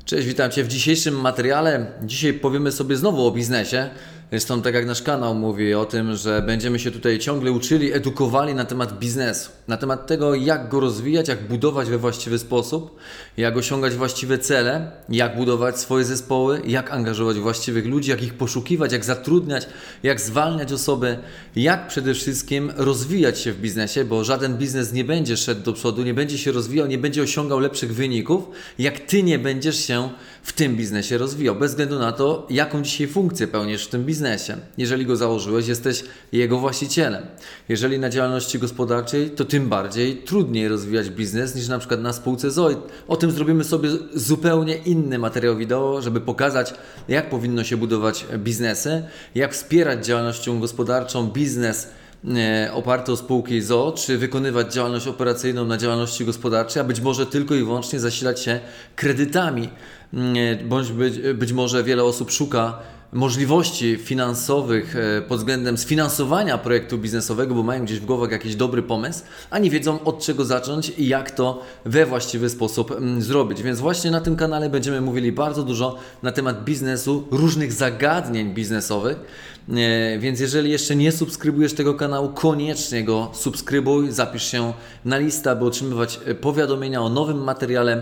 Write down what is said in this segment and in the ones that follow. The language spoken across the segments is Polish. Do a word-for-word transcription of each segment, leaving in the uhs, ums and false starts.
Cześć, witam Cię w dzisiejszym materiale. Dzisiaj powiemy sobie znowu o biznesie. Zresztą tak jak nasz kanał mówi o tym, że będziemy się tutaj ciągle uczyli, edukowali na temat biznesu. Na temat tego, jak go rozwijać, jak budować we właściwy sposób, jak osiągać właściwe cele, jak budować swoje zespoły, jak angażować właściwych ludzi, jak ich poszukiwać, jak zatrudniać, jak zwalniać osoby, jak przede wszystkim rozwijać się w biznesie, bo żaden biznes nie będzie szedł do przodu, nie będzie się rozwijał, nie będzie osiągał lepszych wyników, jak Ty nie będziesz się w tym biznesie rozwijał, bez względu na to, jaką dzisiaj funkcję pełnisz w tym biznesie. Jeżeli go założyłeś, jesteś jego właścicielem. Jeżeli na działalności gospodarczej, to tym bardziej trudniej rozwijać biznes niż na przykład na spółce z o i. O tym zrobimy sobie zupełnie inny materiał wideo, żeby pokazać, jak powinno się budować biznesy, jak wspierać działalnością gospodarczą biznes oparty o spółki z o o, czy wykonywać działalność operacyjną na działalności gospodarczej, a być może tylko i wyłącznie zasilać się kredytami, bądź być, być może wiele osób szuka możliwości finansowych pod względem sfinansowania projektu biznesowego, bo mają gdzieś w głowach jakiś dobry pomysł, a nie wiedzą, od czego zacząć i jak to we właściwy sposób zrobić. Więc właśnie na tym kanale będziemy mówili bardzo dużo na temat biznesu, różnych zagadnień biznesowych. Więc jeżeli jeszcze nie subskrybujesz tego kanału, koniecznie go subskrybuj, zapisz się na listę, aby otrzymywać powiadomienia o nowym materiale,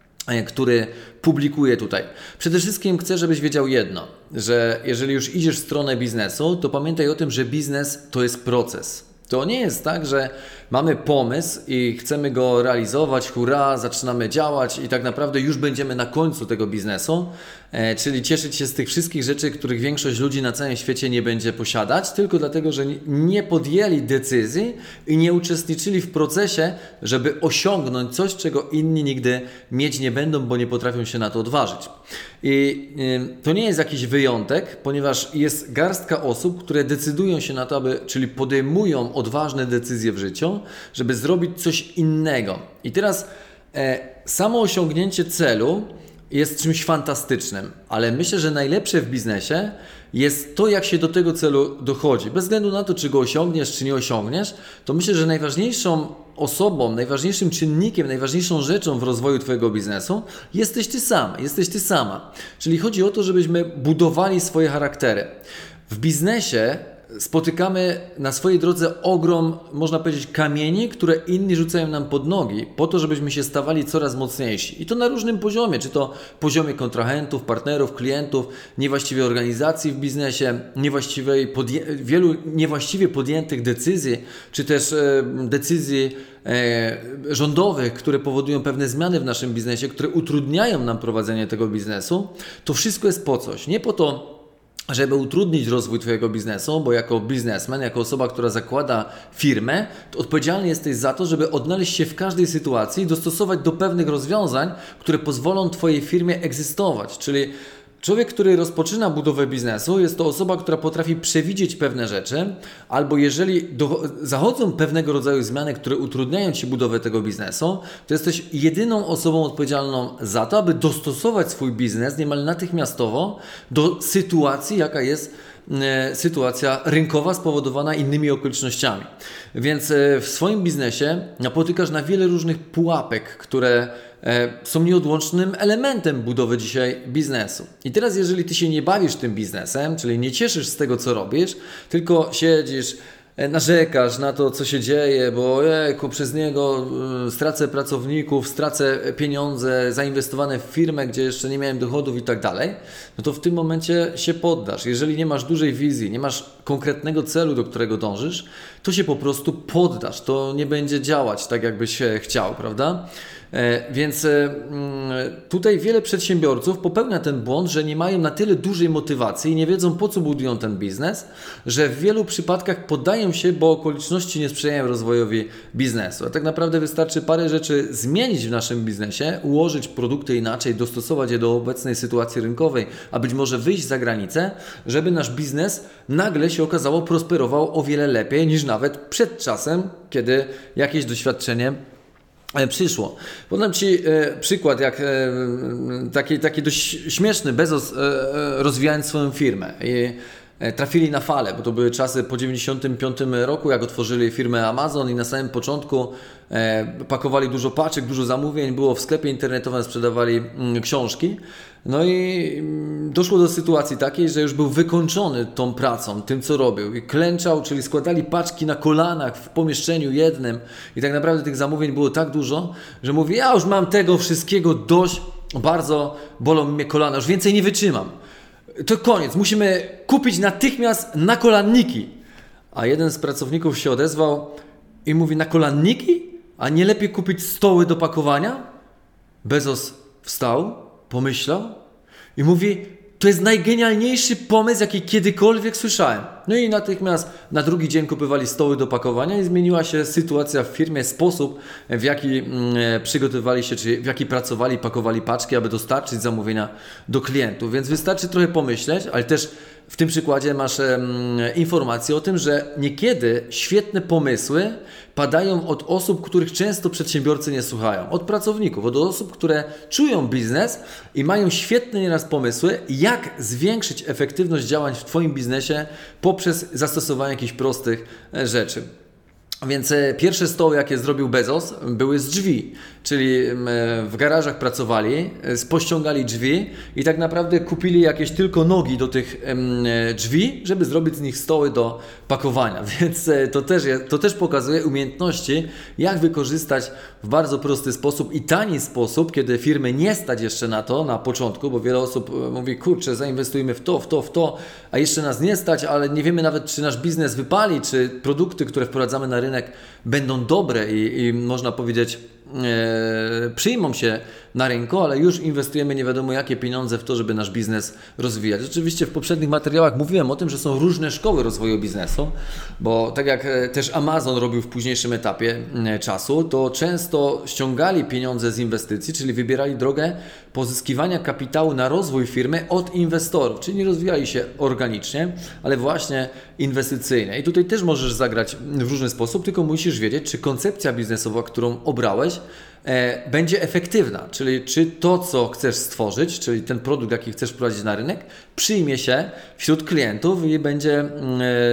który publikuję tutaj. Przede wszystkim chcę, żebyś wiedział jedno, że jeżeli już idziesz w stronę biznesu, to pamiętaj o tym, że biznes to jest proces. To nie jest tak, że mamy pomysł i chcemy go realizować, hurra, zaczynamy działać i tak naprawdę już będziemy na końcu tego biznesu, e, czyli cieszyć się z tych wszystkich rzeczy, których większość ludzi na całym świecie nie będzie posiadać, tylko dlatego, że nie podjęli decyzji i nie uczestniczyli w procesie, żeby osiągnąć coś, czego inni nigdy mieć nie będą, bo nie potrafią się na to odważyć. I y, to nie jest jakiś wyjątek, ponieważ jest garstka osób, które decydują się na to, aby, czyli podejmują odważne decyzje w życiu, żeby zrobić coś innego. I teraz e, samo osiągnięcie celu jest czymś fantastycznym, ale myślę, że najlepsze w biznesie jest to, jak się do tego celu dochodzi. Bez względu na to, czy go osiągniesz, czy nie osiągniesz, to myślę, że najważniejszą osobą, najważniejszym czynnikiem, najważniejszą rzeczą w rozwoju Twojego biznesu jesteś Ty sam, jesteś Ty sama. Czyli chodzi o to, żebyśmy budowali swoje charaktery. W biznesie spotykamy na swojej drodze ogrom, można powiedzieć, kamieni, które inni rzucają nam pod nogi, po to, żebyśmy się stawali coraz mocniejsi. I to na różnym poziomie, czy to poziomie kontrahentów, partnerów, klientów, niewłaściwej organizacji w biznesie, niewłaściwej podję- wielu niewłaściwie podjętych decyzji, czy też e, decyzji e, rządowych, które powodują pewne zmiany w naszym biznesie, które utrudniają nam prowadzenie tego biznesu. To wszystko jest po coś. Nie po to, żeby utrudnić rozwój Twojego biznesu, bo jako biznesmen, jako osoba, która zakłada firmę, to odpowiedzialny jesteś za to, żeby odnaleźć się w każdej sytuacji i dostosować do pewnych rozwiązań, które pozwolą Twojej firmie egzystować. Czyli człowiek, który rozpoczyna budowę biznesu, jest to osoba, która potrafi przewidzieć pewne rzeczy, albo jeżeli do, zachodzą pewnego rodzaju zmiany, które utrudniają Ci budowę tego biznesu, to jesteś jedyną osobą odpowiedzialną za to, aby dostosować swój biznes niemal natychmiastowo do sytuacji, jaka jest e, sytuacja rynkowa spowodowana innymi okolicznościami. Więc e, w swoim biznesie napotykasz na wiele różnych pułapek, które są nieodłącznym elementem budowy dzisiaj biznesu. I teraz jeżeli Ty się nie bawisz tym biznesem, czyli nie cieszysz z tego, co robisz, tylko siedzisz, narzekasz na to, co się dzieje, bo jejku, przez niego stracę pracowników, stracę pieniądze zainwestowane w firmę, gdzie jeszcze nie miałem dochodów i tak dalej, no to w tym momencie się poddasz. Jeżeli nie masz dużej wizji, nie masz konkretnego celu, do którego dążysz, to się po prostu poddasz. To nie będzie działać tak, jakbyś chciał, prawda? Więc tutaj wiele przedsiębiorców popełnia ten błąd, że nie mają na tyle dużej motywacji i nie wiedzą, po co budują ten biznes, że w wielu przypadkach poddają się, bo okoliczności nie sprzyjają rozwojowi biznesu. A tak naprawdę wystarczy parę rzeczy zmienić w naszym biznesie, ułożyć produkty inaczej, dostosować je do obecnej sytuacji rynkowej, a być może wyjść za granicę, żeby nasz biznes nagle się okazało prosperował o wiele lepiej niż nawet przed czasem, kiedy jakieś doświadczenie przyszło. Podam Ci e, przykład, jak e, taki, taki dość śmieszny Bezos e, rozwijając swoją firmę. I trafili na falę, bo to były czasy po dziewięćdziesiątym piątym roku, jak otworzyli firmę Amazon i na samym początku pakowali dużo paczek, dużo zamówień, było w sklepie internetowym, sprzedawali książki. No i doszło do sytuacji takiej, że już był wykończony tą pracą, tym co robił i klęczał, czyli składali paczki na kolanach w pomieszczeniu jednym i tak naprawdę tych zamówień było tak dużo, że mówi, ja już mam tego wszystkiego dość, bardzo bolą mnie kolana, już więcej nie wytrzymam. To koniec, musimy kupić natychmiast nakolanniki. A jeden z pracowników się odezwał i mówi, nakolanniki? A nie lepiej kupić stoły do pakowania? Bezos wstał, pomyślał i mówi, to jest najgenialniejszy pomysł, jaki kiedykolwiek słyszałem. No i natychmiast na drugi dzień kupywali stoły do pakowania i zmieniła się sytuacja w firmie, sposób w jaki mm, przygotowywali się, czy w jaki pracowali, pakowali paczki, aby dostarczyć zamówienia do klientów. Więc wystarczy trochę pomyśleć, ale też w tym przykładzie masz mm, informację o tym, że niekiedy świetne pomysły padają od osób, których często przedsiębiorcy nie słuchają. Od pracowników, od osób, które czują biznes i mają świetne nieraz pomysły, jak zwiększyć efektywność działań w Twoim biznesie poprzez zastosowanie jakichś prostych rzeczy. Więc pierwsze stoły, jakie zrobił Bezos, były z drzwi, czyli w garażach pracowali, pościągali drzwi i tak naprawdę kupili jakieś tylko nogi do tych drzwi, żeby zrobić z nich stoły do pakowania. Więc to też, jest, to też pokazuje umiejętności, jak wykorzystać w bardzo prosty sposób i tani sposób, kiedy firmy nie stać jeszcze na to na początku, bo wiele osób mówi, kurczę, zainwestujmy w to, w to, w to, a jeszcze nas nie stać, ale nie wiemy nawet, czy nasz biznes wypali, czy produkty, które wprowadzamy na rynek, będą dobre i, i można powiedzieć e, przyjmą się na rynku, ale już inwestujemy nie wiadomo jakie pieniądze w to, żeby nasz biznes rozwijać. Oczywiście w poprzednich materiałach mówiłem o tym, że są różne szkoły rozwoju biznesu, bo tak jak też Amazon robił w późniejszym etapie czasu, to często ściągali pieniądze z inwestycji, czyli wybierali drogę pozyskiwania kapitału na rozwój firmy od inwestorów, czyli nie rozwijali się organicznie, ale właśnie inwestycyjnie. I tutaj też możesz zagrać w różny sposób, tylko musisz wiedzieć, czy koncepcja biznesowa, którą obrałeś, e, będzie efektywna, czyli czy to, co chcesz stworzyć, czyli ten produkt, jaki chcesz wprowadzić na rynek, przyjmie się wśród klientów i będzie e,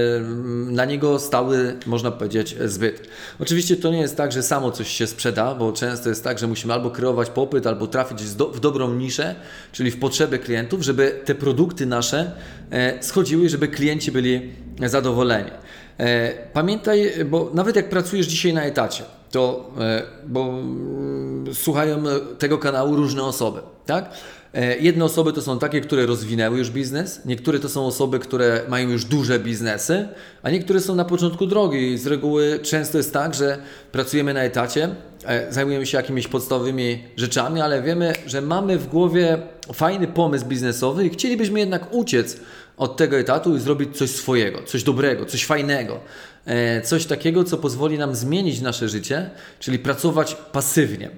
na niego stały, można powiedzieć, zbyt. Oczywiście to nie jest tak, że samo coś się sprzeda, bo często jest tak, że musimy albo kreować popyt, albo trafić w dobrą niszę, czyli w potrzeby klientów, żeby te produkty nasze e, schodziły, żeby klienci byli zadowoleni. E, pamiętaj, bo nawet jak pracujesz dzisiaj na etacie, to, e, bo mm, słuchają tego kanału różne osoby, tak? E, jedne osoby to są takie, które rozwinęły już biznes, niektóre to są osoby, które mają już duże biznesy, a niektóre są na początku drogi i z reguły często jest tak, że pracujemy na etacie, e, zajmujemy się jakimiś podstawowymi rzeczami, ale wiemy, że mamy w głowie fajny pomysł biznesowy i chcielibyśmy jednak uciec od tego etatu i zrobić coś swojego, coś dobrego, coś fajnego, coś takiego, co pozwoli nam zmienić nasze życie, czyli pracować pasywnie.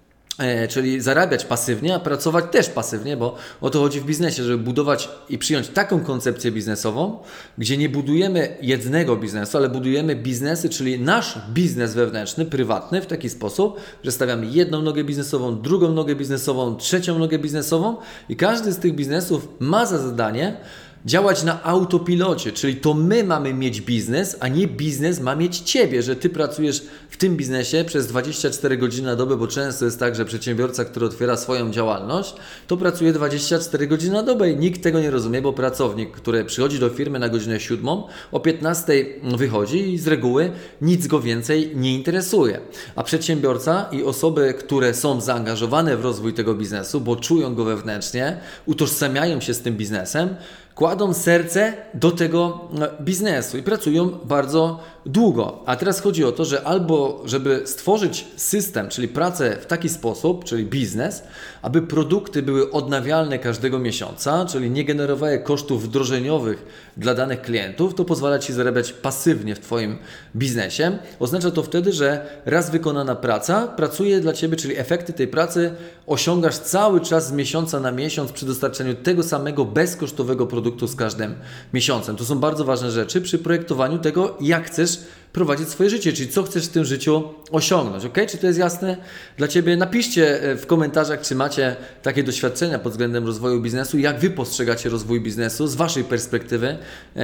Czyli zarabiać pasywnie, a pracować też pasywnie, bo o to chodzi w biznesie, żeby budować i przyjąć taką koncepcję biznesową, gdzie nie budujemy jednego biznesu, ale budujemy biznesy, czyli nasz biznes wewnętrzny, prywatny w taki sposób, że stawiamy jedną nogę biznesową, drugą nogę biznesową, trzecią nogę biznesową i każdy z tych biznesów ma za zadanie działać na autopilocie, czyli to my mamy mieć biznes, a nie biznes ma mieć Ciebie, że Ty pracujesz w tym biznesie przez dwadzieścia cztery godziny na dobę, bo często jest tak, że przedsiębiorca, który otwiera swoją działalność, to pracuje dwadzieścia cztery godziny na dobę i nikt tego nie rozumie, bo pracownik, który przychodzi do firmy na godzinę siódmą, o piętnastej wychodzi i z reguły nic go więcej nie interesuje. A przedsiębiorca i osoby, które są zaangażowane w rozwój tego biznesu, bo czują go wewnętrznie, utożsamiają się z tym biznesem, kładą serce do tego biznesu i pracują bardzo długo. A teraz chodzi o to, że albo żeby stworzyć system, czyli pracę w taki sposób, czyli biznes, aby produkty były odnawialne każdego miesiąca, czyli nie generowały kosztów wdrożeniowych dla danych klientów, to pozwala Ci zarabiać pasywnie w Twoim biznesie. Oznacza to wtedy, że raz wykonana praca pracuje dla Ciebie, czyli efekty tej pracy osiągasz cały czas z miesiąca na miesiąc przy dostarczaniu tego samego bezkosztowego produktu produktu z każdym miesiącem. To są bardzo ważne rzeczy przy projektowaniu tego, jak chcesz prowadzić swoje życie, czyli co chcesz w tym życiu osiągnąć, ok? Czy to jest jasne dla Ciebie? Napiszcie w komentarzach, czy macie takie doświadczenia pod względem rozwoju biznesu, jak Wy postrzegacie rozwój biznesu z Waszej perspektywy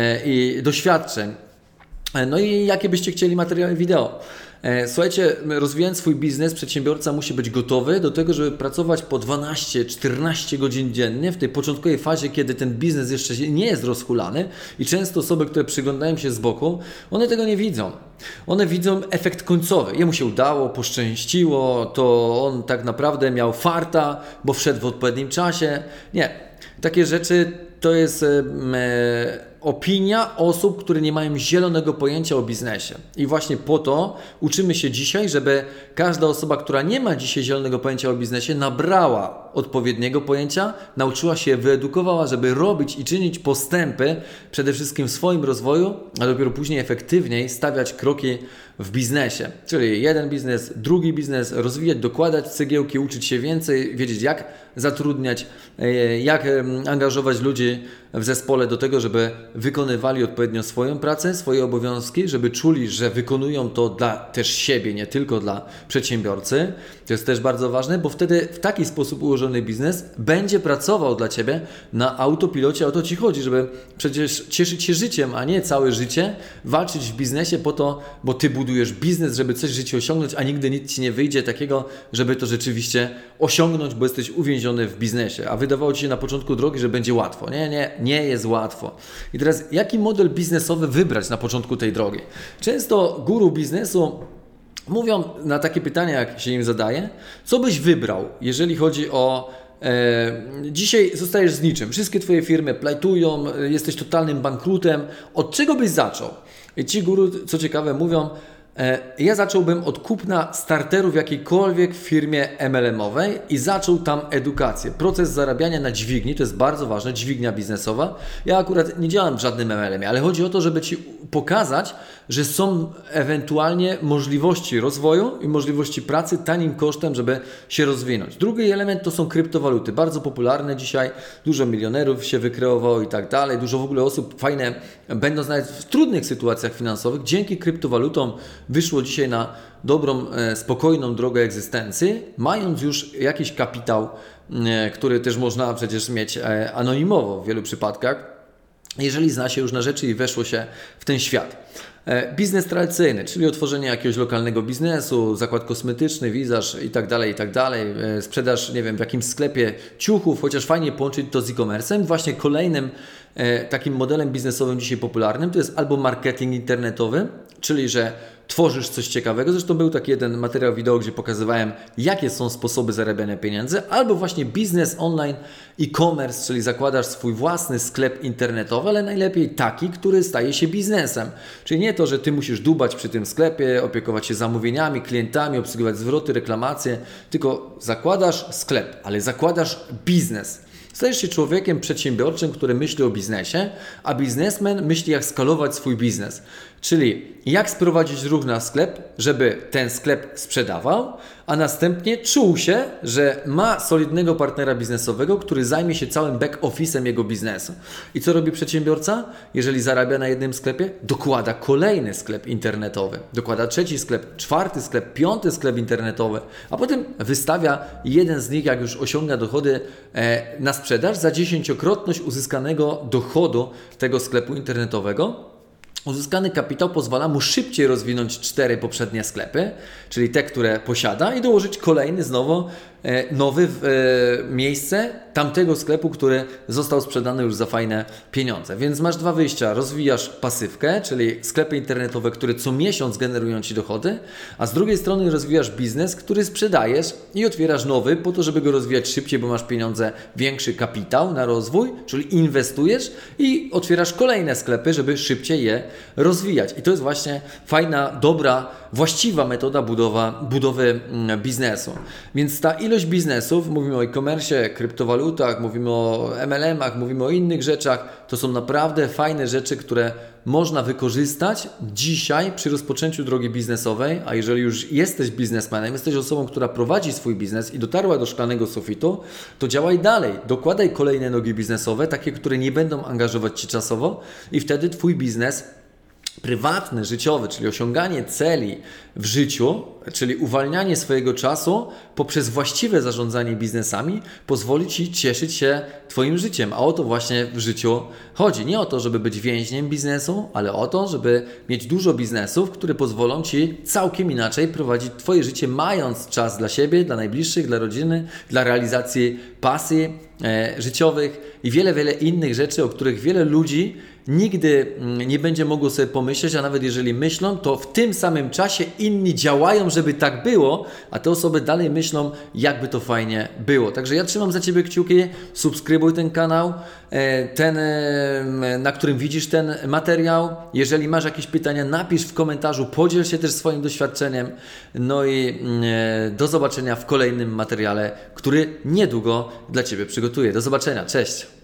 i doświadczeń. No i jakie byście chcieli materiały wideo. Słuchajcie, rozwijając swój biznes, przedsiębiorca musi być gotowy do tego, żeby pracować po dwanaście czternaście godzin dziennie w tej początkowej fazie, kiedy ten biznes jeszcze nie jest rozhulany i często osoby, które przyglądają się z boku, one tego nie widzą. One widzą efekt końcowy. Jemu się udało, poszczęściło, to on tak naprawdę miał farta, bo wszedł w odpowiednim czasie. Nie. Takie rzeczy to jest e, opinia osób, które nie mają zielonego pojęcia o biznesie. I właśnie po to uczymy się dzisiaj, żeby każda osoba, która nie ma dzisiaj zielonego pojęcia o biznesie, nabrała odpowiedniego pojęcia, nauczyła się, wyedukowała, żeby robić i czynić postępy przede wszystkim w swoim rozwoju, a dopiero później efektywniej stawiać kroki w biznesie. Czyli jeden biznes, drugi biznes, rozwijać, dokładać cegiełki, uczyć się więcej, wiedzieć jak zatrudniać, jak angażować ludzi w zespole do tego, żeby wykonywali odpowiednio swoją pracę, swoje obowiązki, żeby czuli, że wykonują to dla też siebie, nie tylko dla przedsiębiorcy. To jest też bardzo ważne, bo wtedy w taki sposób ułożony biznes będzie pracował dla Ciebie na autopilocie. O to Ci chodzi, żeby przecież cieszyć się życiem, a nie całe życie walczyć w biznesie po to, bo Ty budujesz biznes, żeby coś w życiu osiągnąć, a nigdy nic Ci nie wyjdzie takiego, żeby to rzeczywiście osiągnąć, bo jesteś uwięziony w biznesie. A wydawało Ci się na początku drogi, że będzie łatwo. Nie, nie, nie jest łatwo. I teraz jaki model biznesowy wybrać na początku tej drogi? Często guru biznesu mówią na takie pytania, jak się im zadaje, co byś wybrał, jeżeli chodzi o e, dzisiaj zostajesz z niczym, wszystkie Twoje firmy plajtują, jesteś totalnym bankrutem, od czego byś zaczął? I ci guru, co ciekawe, mówią, e, ja zacząłbym od kupna starterów jakiejkolwiek firmie M L M-owej i zaczął tam edukację. Proces zarabiania na dźwigni, to jest bardzo ważne, dźwignia biznesowa. Ja akurat nie działam w żadnym M L M-ie, ale chodzi o to, żeby Ci pokazać, że są ewentualnie możliwości rozwoju i możliwości pracy tanim kosztem, żeby się rozwinąć. Drugi element to są kryptowaluty, bardzo popularne dzisiaj, dużo milionerów się wykreowało i tak dalej, dużo w ogóle osób fajne, będąc nawet w trudnych sytuacjach finansowych, dzięki kryptowalutom wyszło dzisiaj na dobrą, spokojną drogę egzystencji, mając już jakiś kapitał, który też można przecież mieć anonimowo w wielu przypadkach, jeżeli zna się już na rzeczy i weszło się w ten świat. Biznes tradycyjny, czyli otworzenie jakiegoś lokalnego biznesu, zakład kosmetyczny, wizaż i tak dalej, i tak dalej, sprzedaż, nie wiem, w jakimś sklepie ciuchów, chociaż fajnie połączyć to z e-commerce'em. Właśnie kolejnym e, takim modelem biznesowym dzisiaj popularnym to jest albo marketing internetowy, czyli że tworzysz coś ciekawego. Zresztą był taki jeden materiał wideo, gdzie pokazywałem, jakie są sposoby zarabiania pieniędzy, albo właśnie biznes online, e-commerce, czyli zakładasz swój własny sklep internetowy, ale najlepiej taki, który staje się biznesem. Czyli nie to, że Ty musisz dubać przy tym sklepie, opiekować się zamówieniami, klientami, obsługiwać zwroty, reklamacje, tylko zakładasz sklep, ale zakładasz biznes. Stajesz się człowiekiem przedsiębiorczym, który myśli o biznesie, a biznesmen myśli, jak skalować swój biznes. Czyli jak sprowadzić ruch na sklep, żeby ten sklep sprzedawał, a następnie czuł się, że ma solidnego partnera biznesowego, który zajmie się całym back-office'em jego biznesu. I co robi przedsiębiorca? Jeżeli zarabia na jednym sklepie, dokłada kolejny sklep internetowy, dokłada trzeci sklep, czwarty sklep, piąty sklep internetowy, a potem wystawia jeden z nich, jak już osiąga dochody e, na sprzedaż, za dziesięciokrotność uzyskanego dochodu tego sklepu internetowego. Uzyskany kapitał pozwala mu szybciej rozwinąć cztery poprzednie sklepy, czyli te, które posiada, i dołożyć kolejny znowu e, nowy w, e, miejsce tamtego sklepu, który został sprzedany już za fajne pieniądze. Więc masz dwa wyjścia. Rozwijasz pasywkę, czyli sklepy internetowe, które co miesiąc generują Ci dochody, a z drugiej strony rozwijasz biznes, który sprzedajesz i otwierasz nowy po to, żeby go rozwijać szybciej, bo masz pieniądze, większy kapitał na rozwój, czyli inwestujesz i otwierasz kolejne sklepy, żeby szybciej je rozwijać. I to jest właśnie fajna, dobra, właściwa metoda budowa, budowy biznesu. Więc ta ilość biznesów, mówimy o e-commerce, kryptowalutach, mówimy o M L M-ach, mówimy o innych rzeczach, to są naprawdę fajne rzeczy, które można wykorzystać dzisiaj przy rozpoczęciu drogi biznesowej, a jeżeli już jesteś biznesmenem, jesteś osobą, która prowadzi swój biznes i dotarła do szklanego sufitu, to działaj dalej, dokładaj kolejne nogi biznesowe, takie, które nie będą angażować Cię czasowo i wtedy Twój biznes prywatny, życiowy, czyli osiąganie celi w życiu, czyli uwalnianie swojego czasu poprzez właściwe zarządzanie biznesami pozwoli Ci cieszyć się Twoim życiem, a o to właśnie w życiu chodzi. Nie o to, żeby być więźniem biznesu, ale o to, żeby mieć dużo biznesów, które pozwolą Ci całkiem inaczej prowadzić Twoje życie, mając czas dla siebie, dla najbliższych, dla rodziny, dla realizacji pasji e, życiowych i wiele, wiele innych rzeczy, o których wiele ludzi nigdy nie będzie mogło sobie pomyśleć, a nawet jeżeli myślą, to w tym samym czasie inni działają, żeby tak było, a te osoby dalej myślą, jakby to fajnie było. Także ja trzymam za Ciebie kciuki, subskrybuj ten kanał, ten, na którym widzisz ten materiał. Jeżeli masz jakieś pytania, napisz w komentarzu, podziel się też swoim doświadczeniem. No i do zobaczenia w kolejnym materiale, który niedługo dla Ciebie przygotuję. Do zobaczenia, cześć!